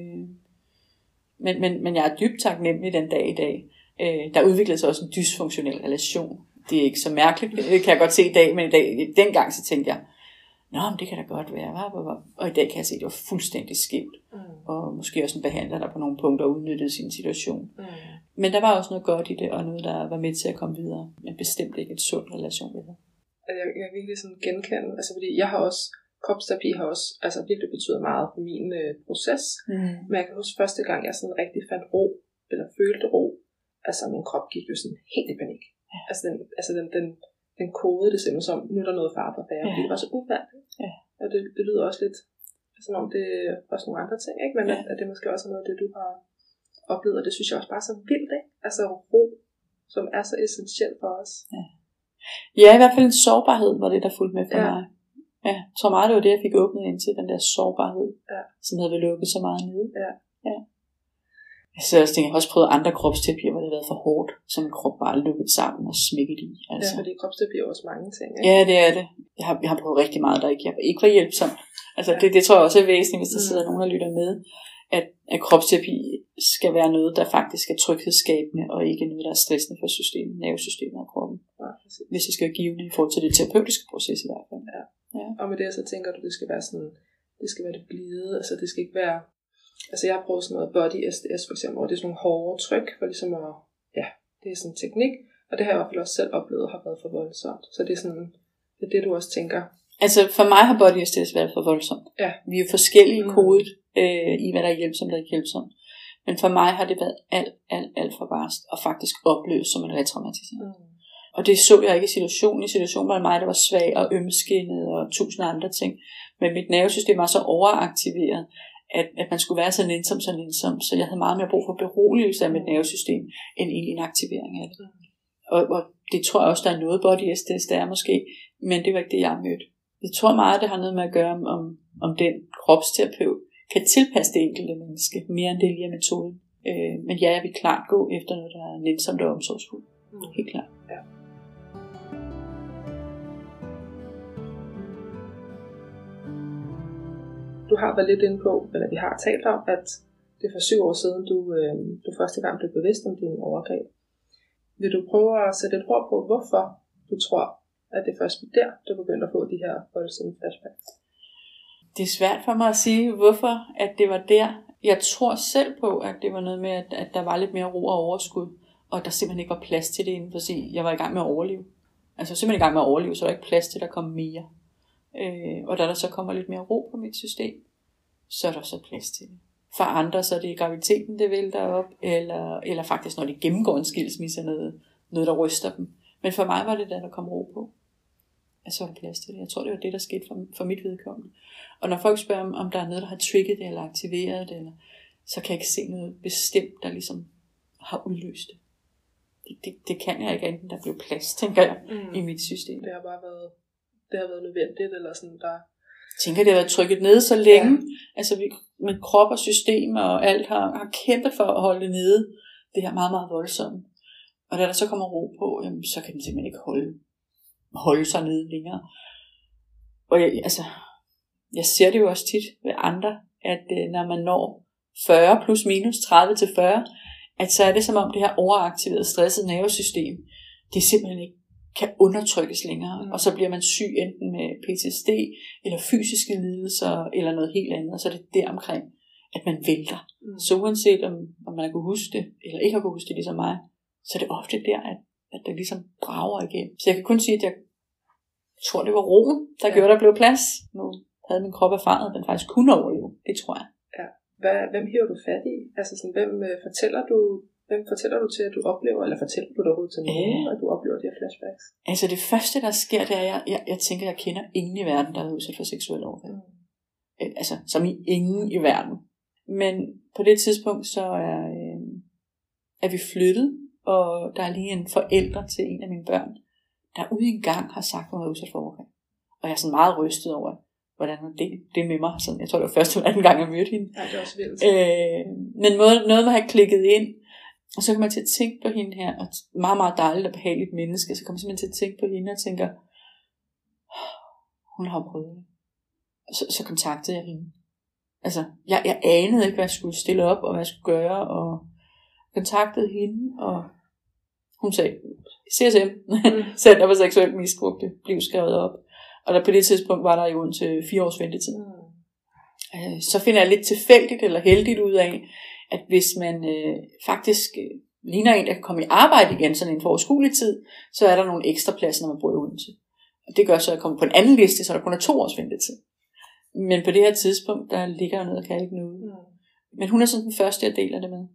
Ja. Men jeg er dybt taknemmelig den dag i dag. Der udviklede sig også en dysfunktionel relation. Det er ikke så mærkeligt, kan jeg godt se i dag, men dengang så tænkte jeg, men det kan da godt være. Og i dag kan jeg se, at det var fuldstændig skævt. Og måske også en behandler, der på nogle punkter udnyttede sin situation. Men der var også noget godt i det, og noget, der var med til at komme videre. Men bestemt ikke et sund relation med det. Jeg kan virkelig sådan genkende, altså fordi jeg har også kropsterapi har også virkelig betydet meget for min proces. Men jeg kan huske første gang, jeg sådan rigtig fandt ro, eller følte ro, min krop gik jo sådan helt i panik. Den kodede det simpelthen som, nu er der noget fare på færre, fordi det var så uværdigt. Ja. Og det lyder også lidt, som om det er også nogle andre ting, ikke? Men at det måske også er noget af det, du har oplevet, og det synes jeg også bare er så vildt, ikke? Ro, som er så essentielt for os. Ja, i hvert fald en sårbarhed var det, der fulgte med for mig. Ja, jeg tror meget, det var det, jeg fik åbnet ind til, den der sårbarhed, som havde lukket så meget nede. Ja. Så jeg tænker, jeg har også prøvet andre kropsterapier, hvor det har været for hårdt, så min krop bare lukket sammen og smækket i. Altså. Ja, fordi kropsterapi er også mange ting, ikke? Ja, det er det. Jeg har prøvet rigtig meget, der ikke var hjælpsomt. Altså, det tror jeg også er væsentligt, hvis der sidder nogen, der lytter med, at kropsterapi skal være noget, der faktisk er tryghedsskabende, og ikke noget, der er stressende for systemet, nervesystemet og kroppen. Ja, hvis det skal give i forhold til det terapeutiske proces i hvert fald. Ja. Og med det, så tænker du, det skal være sådan, det skal være det blide, altså det skal ikke være, jeg har prøvet sådan noget body SDS for eksempel, hvor det er sådan nogle hårde tryk, for ligesom at, det er sådan en teknik, og det har jeg i hvert fald også selv oplevet, har været for voldsomt. Så det er sådan, det er det, du også tænker. Altså for mig har body SDS været for voldsomt. Ja. Vi er jo forskellige kodet i, hvad der er hjælpsomt og ikke hjælpsomt. Men for mig har det været alt for barst, og faktisk oplevet som en retraumatisering. Og det så jeg ikke i situationen. I situationen var det mig, der var svag og ømskinnet og 1000 andre ting. Men mit nervesystem var så overaktiveret, at man skulle være så nænsom. Så jeg havde meget mere brug for beroligelse af mit nervesystem, end egentlig en aktivering af det. Og det tror jeg også, der er noget body SDS, der er måske. Men det var ikke det, jeg mødte. Jeg tror meget, det har noget med at gøre, om den kropsterapeut kan tilpasse det enkelte menneske, mere end det lige er metoden. Men ja, jeg vil klart gå efter noget, der er nænsomt og omsorgsfuldt. Helt klart. Ja. Du har været lidt inde på, eller vi har talt om, at det er for 7 år siden, du første gang blev bevidst om dine overgreb. Vil du prøve at sætte et ord på, hvorfor du tror, at det først var der, du begyndte at få de her voldsomme flashbacks? Det er svært for mig at sige, hvorfor at det var der. Jeg tror selv på, at det var noget med, at der var lidt mere ro og overskud, og der simpelthen ikke var plads til det inden for sig. Jeg var i gang med at overleve. Altså simpelthen i gang med at overleve, så der er ikke plads til, at der kom mere. Og da der så kommer lidt mere ro på mit system, så er der så plads til det. For andre så er det graviditeten, det vælter op, eller faktisk når de gennemgår en skilsmisse, noget der ryster dem. Men for mig var det der kom ro på. Så var der plads til det. Jeg tror, det var det, der skete for mit vedkommende. Og når folk spørger, om der er noget, der har trigget det, eller aktiveret det, så kan jeg ikke se noget bestemt, der ligesom har udløst det. Det kan jeg ikke, enten der blev plads, tænker jeg, i mit system. Det har bare været nødvendigt, eller sådan der. Jeg tænker, det har været trykket nede så længe. Ja. Altså vi med krop og system og alt har kæmpet for at holde det nede. Det her meget, meget voldsomt. Og da der så kommer ro på, jamen, så kan den simpelthen ikke holde sig nede længere. Og jeg ser det jo også tit ved andre, at når man når 40 plus minus 30 til 40, at så er det som om det her overaktiverede stresset nervesystem, det simpelthen ikke kan undertrykkes længere, og så bliver man syg enten med PTSD, eller fysiske lidelser, eller noget helt andet, og så er det deromkring, at man vælter. Så uanset om man kunne huske det, eller ikke har kunne huske det ligesom mig, så er det ofte der, at det ligesom brager igen. Så jeg kan kun sige, at jeg tror, det var roen, der gjorde, der blev plads. Nu havde min krop erfaret, at den faktisk kunne overleve. Det tror jeg. Ja. Hvem hiver du fat i? Altså sådan, hvem fortæller du til, at du oplever, eller fortæller du derude til nogen, at du oplever de her flashbacks? Altså det første, der sker, det er, jeg tænker, jeg kender ingen i verden, der er udsat for seksuelle overgreb. Altså, som i ingen i verden. Men på det tidspunkt, så er vi flyttet, og der er lige en forælder til en af mine børn, der ude i gang har sagt, at hun er udsat for overgreb. Og jeg er sådan meget rystet over, hvordan hun det med mig. Sådan, jeg tror, det var første eller anden gang, jeg mødte hende. Ja, det er også vildt. Men noget må have klikket ind. Og så kommer jeg til at tænke på hende her, og meget, meget dejligt og behageligt menneske, så kommer jeg simpelthen til at tænke på hende og tænker, hun har prøvet det. Og så kontaktede jeg hende. Altså, jeg anede ikke, hvad jeg skulle stille op, og hvad jeg skulle gøre, og kontaktede hende, og hun sagde, CSM, Center for Seksuelt Misbrugte, blev skrevet op. Og der på det tidspunkt var der jo til 4 års ventetid. Så finder jeg lidt tilfældigt eller heldigt ud af, at hvis man faktisk ligner en, der kan komme i arbejde igen, sådan en for overskuelig tid, så er der nogle ekstra pladser, når man bor i Odense. Og det gør så, at jeg kommer på en anden liste, så der kun er 2 års ventetid. Men på det her tidspunkt, der ligger jo noget, og kan ikke noget. Men hun er sådan den første, jeg deler det med.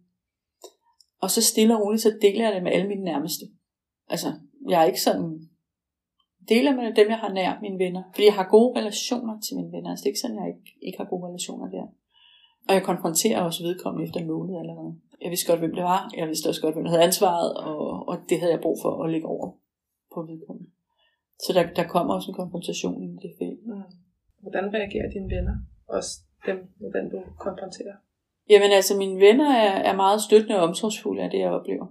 Og så stille og roligt, så deler jeg det med alle mine nærmeste. Altså, jeg er ikke sådan... Deler med dem, jeg har nær, mine venner. Fordi jeg har gode relationer til mine venner. Altså, det er ikke sådan, jeg ikke har gode relationer der. Og jeg konfronterer også vedkommende efter en måned allerede. Jeg vidste godt, hvem det var. Jeg vidste også godt, hvem der havde ansvaret. Og det havde jeg brug for at lægge over på vedkommende. Så der kommer også en konfrontation i det felt. Hvordan reagerer dine venner? Også dem, hvordan du konfronterer? Jamen altså, mine venner er meget støttende og omsorgsfulde af det, jeg oplever.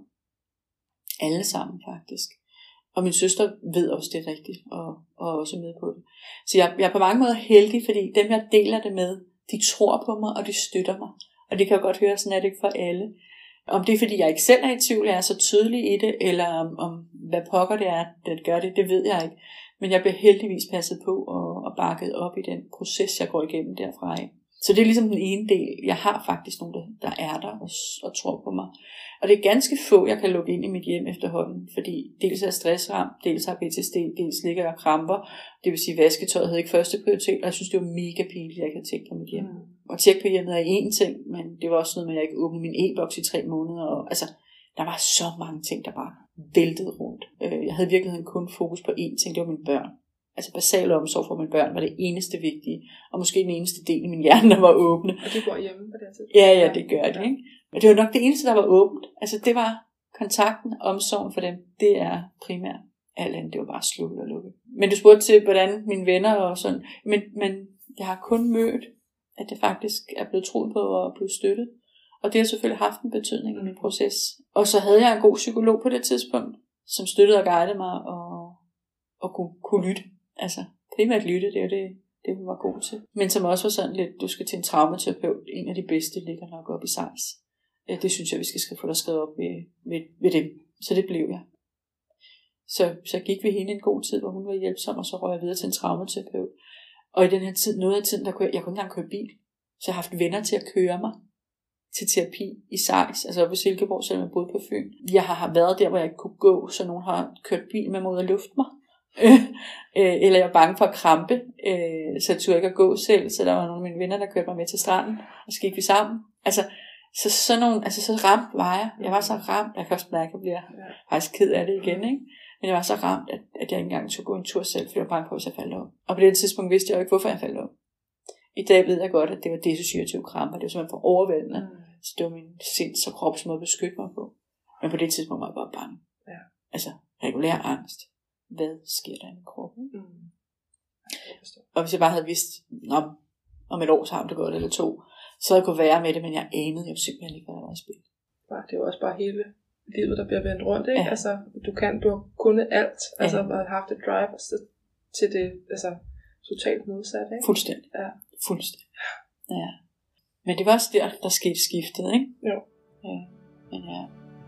Alle sammen faktisk. Og min søster ved også, det er rigtigt, og er også med på det. Så jeg er på mange måder heldig, fordi dem, jeg deler det med, de tror på mig, og de støtter mig. Og det kan jeg godt høre, sådan er det ikke for alle. Om det er, fordi jeg ikke selv er i tvivl, jeg er så tydelig i det, eller om hvad pokker det er, det gør det ved jeg ikke. Men jeg bliver heldigvis passet på og bakket op i den proces, jeg går igennem derfra af. Så det er ligesom den ene del. Jeg har faktisk nogen, der er der og tror på mig. Og det er ganske få, jeg kan lukke ind i mit hjem efterhånden. Fordi dels er jeg stressramt, dels har PTSD, dels ligger jeg kramper. Det vil sige, at vasketøjet havde ikke første prioritet. Og jeg synes, det var mega pinligt, at jeg ikke havde tjekket på mit hjem. Og tjekke på hjemmet er én ting, men det var også noget med, at jeg ikke åbnede min e-boks i 3 måneder. Og, altså, der var så mange ting, der bare væltede rundt. Jeg havde i virkeligheden kun fokus på én ting, det var mine børn. Altså basal omsorg for mine børn var det eneste vigtige. Og måske den eneste del i min hjerne, der var åbne. Og de bor hjemme på det her tidspunkt? Ja, det gør det, ikke? Men det var nok det eneste, der var åbent. Altså det var kontakten, omsorgen for dem. Det er primært. Alt andet, det var bare slukket og lukket. Men du spurgte til, hvordan mine venner og sådan. Men jeg har kun mødt, at det faktisk er blevet troet på og blevet støttet. Og det har selvfølgelig haft en betydning i min proces. Og så havde jeg en god psykolog på det tidspunkt, som støttede og guidede mig og kunne lytte. Altså primært lytte, det er jo det hun var god til. Men som også var sådan lidt, du skal til en traumaterapeut. En af de bedste ligger nok op i Seis. Det synes jeg, vi skal få dig skrevet op ved dem. Så det blev jeg. Så gik vi hende en god tid, hvor hun var hjælpsom, og så røg jeg videre til en traumaterapeut. Og i den her tid, noget af tiden, jeg kunne ikke engang køre bil. Så jeg har haft venner til at køre mig til terapi i Seis, altså oppe i Silkeborg, selvom jeg boede på Fyn. Jeg har været der, hvor jeg ikke kunne gå, så nogen har kørt bil med mig ud at lufte mig. Eller jeg var bange for at krampe, så jeg turde ikke at gå selv, så der var nogle af mine venner, der kørte mig med til stranden, og så gik vi sammen. Altså, så ramt var jeg. Jeg var så ramt, jeg kan også mærke, at jeg bliver faktisk ked af det igen, ikke? Men jeg var så ramt, at jeg ikke engang turde gå en tur selv, fordi jeg var bange på, at jeg faldt om. Og på det tidspunkt vidste jeg jo ikke, hvorfor jeg faldt om. I dag ved jeg godt, at det var dissociative kramper, det var simpelthen for overvældende. Så det var min sinds- og krops måde at beskytte mig på. Men på det tidspunkt var jeg bare bange. Altså, regulær angst. Hvad sker der i min krop? Og hvis jeg bare havde vidst, om et år så har det godt, eller 2, så havde jeg kunne være med det, men jeg anede jo simpelthen ikke, hvad der var i spil. Det er jo også bare hele livet, der bliver vendt rundt, ikke? Ja. Altså, du har kunnet alt, altså, og har haft et drive til det, altså, totalt modsat, ikke? Fuldstændig. Ja. Fuldstændig. Ja. Men det var også der skete skiftet, ikke? Jo. Ja. Men ja.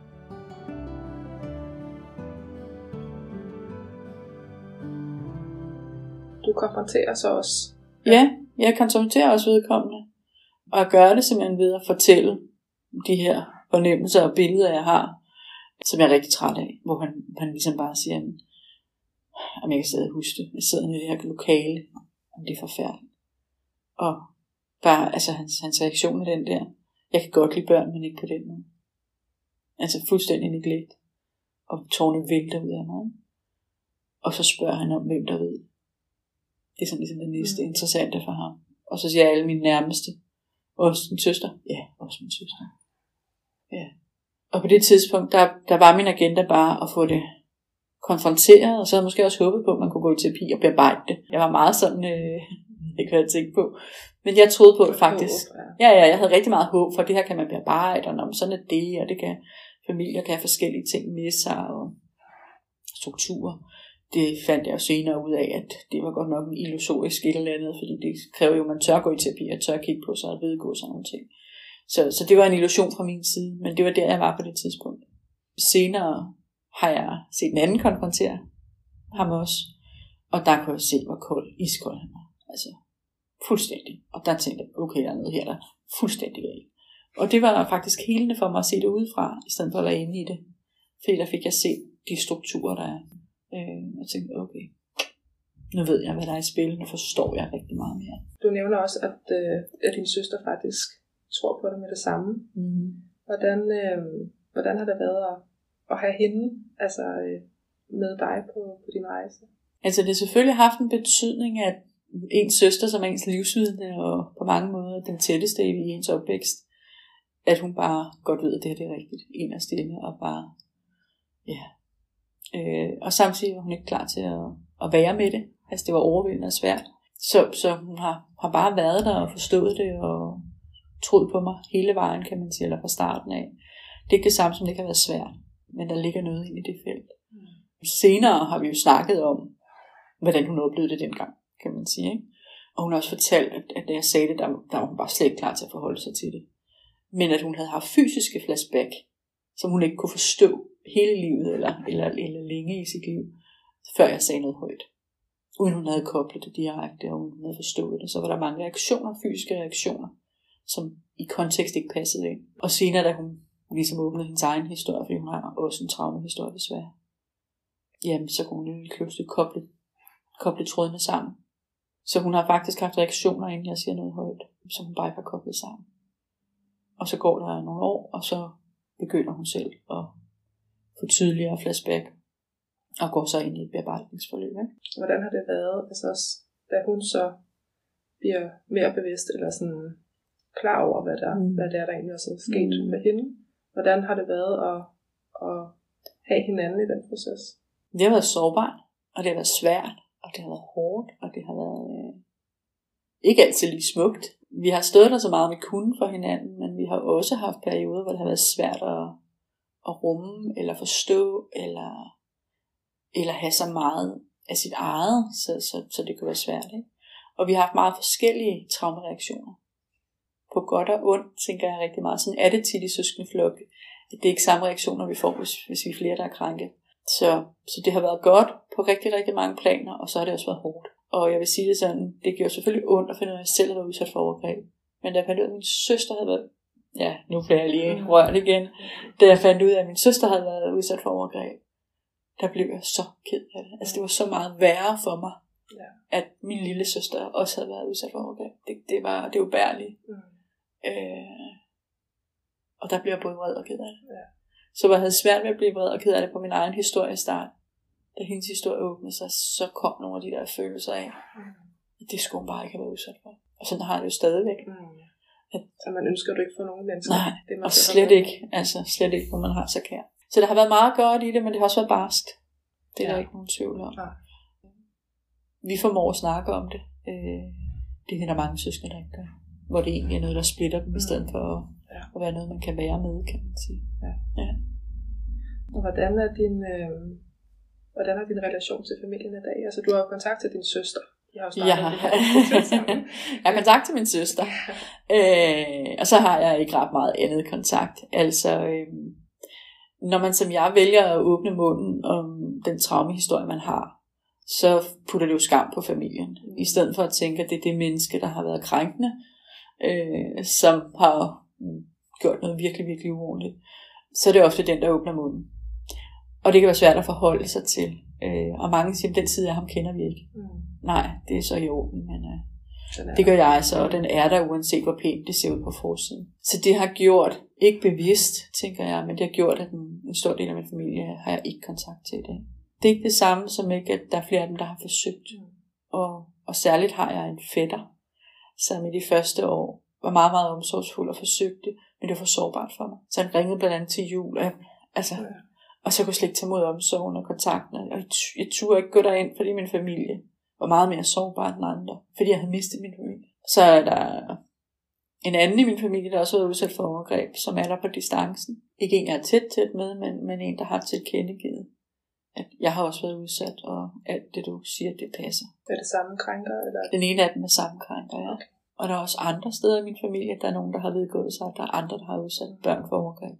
Du konfronterer så også. Ja, jeg konfronterer også vedkommende. Og jeg gør det simpelthen ved at fortælle de her fornemmelser og billeder, jeg har, som jeg er rigtig træt af. Hvor han ligesom bare siger, om jeg kan stadig huske det. Jeg sidder i det her lokale, og det er forfærdeligt. Og bare, altså hans reaktion er den der. Jeg kan godt lide børn, men ikke på den måde. Altså fuldstændig neglekt. Og tårne vælter ud af mig. Og så spørger han om, hvem der ved. Det er sådan ligesom det næste interessante for ham. Og så siger jeg alle mine nærmeste. Også min søster. Ja, også min søster. Ja. Og på det tidspunkt, der var min agenda bare at få det konfronteret. Og så havde jeg måske også håbet på, at man kunne gå i terapi og bearbejde det. Jeg var meget sådan, ikke hvad jeg tænkte på. Men jeg troede på det faktisk. Ja, jeg havde rigtig meget håb for, det her kan man bearbejde. Og sådan er det, og det kan familier kan have forskellige ting med sig. Og strukturer. Det fandt jeg jo senere ud af, at det var godt nok en illusorisk et eller andet, fordi det kræver jo, at man tør gå i terapi og tør kigge på sig og vedgå sådan nogle ting. Så det var en illusion fra min side, men det var der, jeg var på det tidspunkt. Senere har jeg set en anden konfrontere ham også, og der kunne jeg se, hvor iskold han var. Altså, fuldstændig. Og der tænkte jeg, okay, der er noget her, der er fuldstændig galt. Og det var faktisk helende for mig at se det udefra, i stedet for at være inde i det. Fordi der fik jeg set de strukturer, der er. Jeg tænkte, okay, Nu ved jeg, hvad der er i spil, nu forstår jeg rigtig meget mere. Du nævner også, at din søster faktisk tror på det med det samme. Mm. Hvordan har det været at have hende med dig på din rejse? Altså det har selvfølgelig haft en betydning, at ens søster, som er ens livsvidne, og på mange måder den tætteste i ens opvækst, at hun bare godt ved, at det her det er rigtigt, inderst inde, og bare, ja. Og samtidig var hun ikke klar til at være med det. Altså det var overvældende og svært. Så hun har bare været der og forstået det, og troet på mig hele vejen, kan man sige, eller fra starten af. Det er ikke det samme, som det ikke har været svært, men der ligger noget ind i det felt. Senere har vi jo snakket om, hvordan hun oplevede det dengang, kan man sige. Ikke? Og hun har også fortalt, at da jeg sagde det, der var hun bare slet ikke klar til at forholde sig til det. Men at hun havde haft fysiske flashback, som hun ikke kunne forstå hele livet, eller længe i sit liv, før jeg sagde noget højt. Uden hun havde koblet det direkte, og hun havde forstået det. Så var der mange reaktioner, fysiske reaktioner, som i kontekst ikke passede ind. Og senere, da hun ligesom åbnede hendes egen historie, fordi hun har også en traumehistorie desværre, jamen så kunne hun jo pludselig koble trådene sammen. Så hun har faktisk haft reaktioner, inden jeg siger noget højt, som hun bare ikke har koblet sammen. Og så går der nogle år, og så begynder hun selv at få tydeligere flashback, og går så ind i et bearbejdningsforløb. Ikke? Hvordan har det været, altså også, da hun så bliver mere bevidst, eller sådan klar over, hvad det er, der egentlig også er sket med hende? Hvordan har det været at have hinanden i den proces? Det har været sårbart, og det har været svært, og det har været hårdt, og det har været ikke altid lige smukt. Vi har stået der så meget, vi kunne for hinanden, men vi har også haft perioder, hvor det har været svært at rumme, eller forstå, eller have så meget af sit eget, så det kan være svært. Ikke? Og vi har haft meget forskellige traumereaktioner. På godt og ondt, tænker jeg rigtig meget. Sådan er det tit i søskendeflok. Det er ikke samme reaktioner, vi får, hvis vi er flere, der er krænket. Så det har været godt på rigtig, rigtig mange planer, og så har det også været hårdt. Og jeg vil sige det sådan, det gjorde selvfølgelig ondt at finde ud af, at jeg selv havde været udsat for overgreb. Men da jeg fandt ud af, at min søster havde været, ja, nu bliver jeg lige rørt igen. Da jeg fandt ud af, at min søster havde været udsat for overgreb, der blev jeg så ked af det. Altså det var så meget værre for mig, at min lille søster også havde været udsat for overgreb. Det var ubærligt. Og der blev jeg både vred og ked af det. Så jeg havde svært ved at blive vred og ked af det på min egen historiestart. Da hendes historie åbnede sig, så kom nogle af de der følelser af, at det skulle hun bare ikke have været udsat for. Og sådan har det jo stadigvæk. Så man ønsker du ikke for nogen mennesker? Nej, det og slet ikke. Altså slet ikke, hvor man har så kær. Så der har været meget godt i det, men det har også været barskt. Det er der ikke nogen tvivl om. Vi formår at snakke om det. Det er der mange søskende, der ikke gør. Hvor det egentlig er noget, der splitter dem, i stedet for at være noget, man kan være med, kan man sige. Ja. Og hvordan er din relation til familien i dag? Altså, du har jo kontakt til din søster. Jeg har kontakt til min søster. Og så har jeg ikke ret meget andet kontakt. Altså, når man som jeg vælger at åbne munden om den traumehistorie, man har, så putter det jo skam på familien. I stedet for at tænke, at det er det menneske, der har været krænkende, som har gjort noget virkelig, virkelig uordentligt. Så er det ofte den, der åbner munden. Og det kan være svært at forholde sig til. Og mange siger, at den side af ham kender vi ikke. Nej, det er så i orden, men det gør jeg så, og den er der uanset hvor pænt det ser ud på forsiden. Så det har gjort, ikke bevidst, tænker jeg, men det har gjort, at en stor del af min familie har jeg ikke kontakt til i dag. Det er ikke det samme som ikke, at der er flere af dem, der har forsøgt. Og særligt har jeg en fætter, som i de første år var meget, meget omsorgsfuld og forsøgte, men det var for sårbart for mig. Så han ringede blandt andet til jul, og så kunne jeg slet ikke tage mod omsorgen og kontakten. Og jeg turde ikke gå derind, fordi min familie var meget mere sårbar end andre, fordi jeg havde mistet min familie. Så er der en anden i min familie, der også har været udsat for overgreb, som er der på distancen. Ikke en, jeg er tæt med, men en, der har tilkendegivet, at jeg har også været udsat, og alt det, du siger, det passer. Er det samme krænker? Eller? Den ene af dem er samme krænker, ja. Okay. Og der er også andre steder i min familie, der er nogen, der har vedgået sig, der er andre, der har udsat børn for overgreb.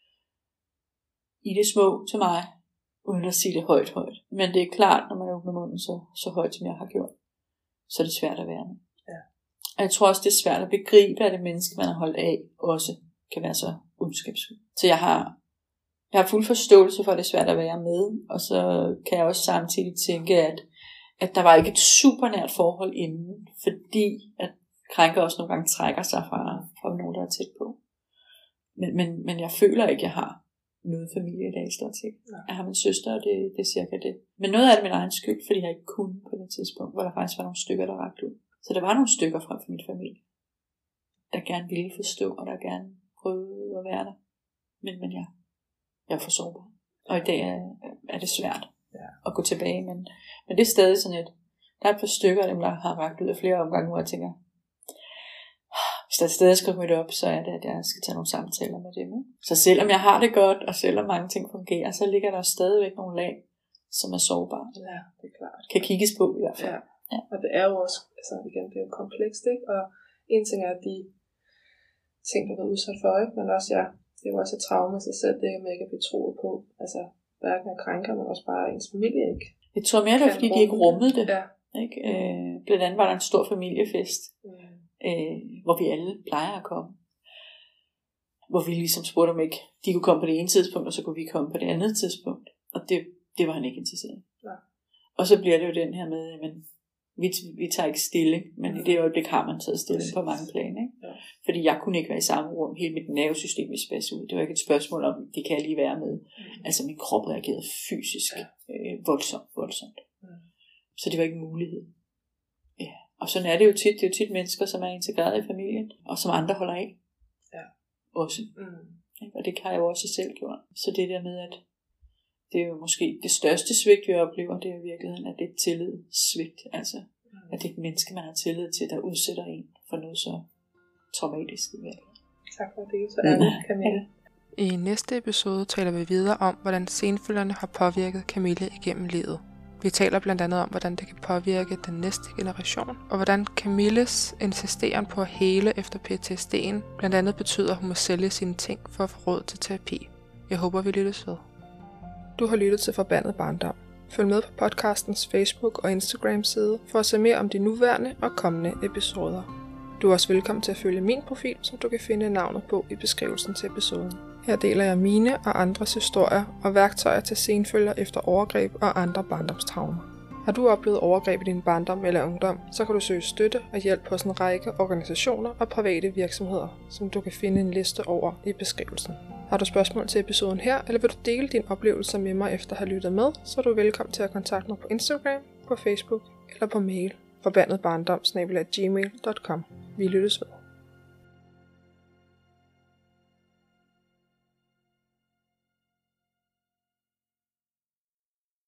I det små til mig, uden at sige det højt. Men det er klart, når man åbner munden så højt, som jeg har gjort, så er det svært at være med. Ja. Og jeg tror også, det er svært at begribe, at det menneske, man har holdt af, også kan være så ondskabsfuldt. Så jeg har fuld forståelse for, at det er svært at være med, og så kan jeg også samtidig tænke, at at der var ikke et supernært forhold inden, fordi at krænker også nogle gange trækker sig fra nogen, der er tæt på. Men jeg føler ikke, at jeg har noget familie i dag, stort set. Jeg har min søster, og det er cirka det. Men noget af det er min egen skyld, fordi jeg ikke kunne på det tidspunkt, hvor der faktisk var nogle stykker, der rakte ud. Så der var nogle stykker fra min familie, der gerne ville forstå, og der gerne prøvede at være der. Men jeg er for sårbar. Og i dag er det svært at gå tilbage, men det er stadig sådan et, der er et par stykker af dem, der har rakt ud af flere omgange, hvor jeg tænker, hvis der er et sted, jeg skal rydde op, så er det, at jeg skal tage nogle samtaler med dem. Ikke? Så selvom jeg har det godt, og selvom mange ting fungerer, så ligger der stadigvæk nogle lag, som er sårbare. Ja, det er klart. Kan kigges på i hvert fald. Ja. Og det er jo også, altså igen, det er jo komplekst, ikke? Og en ting er de ting, du har været udsat for, ikke? Men også, det er jo også et traume i sig selv, det er med ikke at blive troet på. Altså, hverken af krænker, men også bare ens familie, ikke? Jeg tror mere, det er, fordi de ikke rummede det. Ja. Ikke? Blandt andet var der en stor familiefest, hvor vi alle plejer at komme. Hvor vi ligesom spurgte, om ikke de kunne komme på det ene tidspunkt, og så kunne vi komme på det andet tidspunkt. Og det var han ikke interesseret. Ja. Og så bliver det jo den her med, men vi tager ikke stilling, men i det øjeblik har man taget stilling på mange planer. Ikke? Ja. Fordi jeg kunne ikke være i samme rum, hele mit nervesystem ville spæsse ud. Det var ikke et spørgsmål om, det kan jeg lige være med. Altså min krop reagerede fysisk voldsomt. Så det var ikke en mulighed. Ja. Og sådan er det jo tit. Det er jo tit mennesker, som er integreret i familien, og som andre holder af. Ja. Også. Og det har jeg jo også selv gjort. Så det der med, at det er jo måske det største svigt, vi oplever, det er i virkeligheden, at det er et tillidssvigt. Altså, at det er et menneske, man har tillid til, der udsætter en for noget så traumatisk. Tak for det, så ærligt, Camille. I næste episode taler vi videre om, hvordan senfølgerne har påvirket Camille igennem livet. Vi taler blandt andet om, hvordan det kan påvirke den næste generation, og hvordan Camilles insisteren på at hele efter PTSD'en blandt andet betyder, at hun må sælge sine ting for at få råd til terapi. Jeg håber, vi lyttes ved. Du har lyttet til Forbandet Barndom. Følg med på podcastens Facebook- og Instagram-side for at se mere om de nuværende og kommende episoder. Du er også velkommen til at følge min profil, som du kan finde navnet på i beskrivelsen til episoden. Her deler jeg mine og andres historier og værktøjer til senfølger efter overgreb og andre barndomstraumer. Har du oplevet overgreb i din barndom eller ungdom, så kan du søge støtte og hjælp hos en række organisationer og private virksomheder, som du kan finde en liste over i beskrivelsen. Har du spørgsmål til episoden her, eller vil du dele dine oplevelser med mig efter at have lyttet med, så er du velkommen til at kontakte mig på Instagram, på Facebook eller på mail forbandetbarndom@gmail.com. Vi lyttes ved.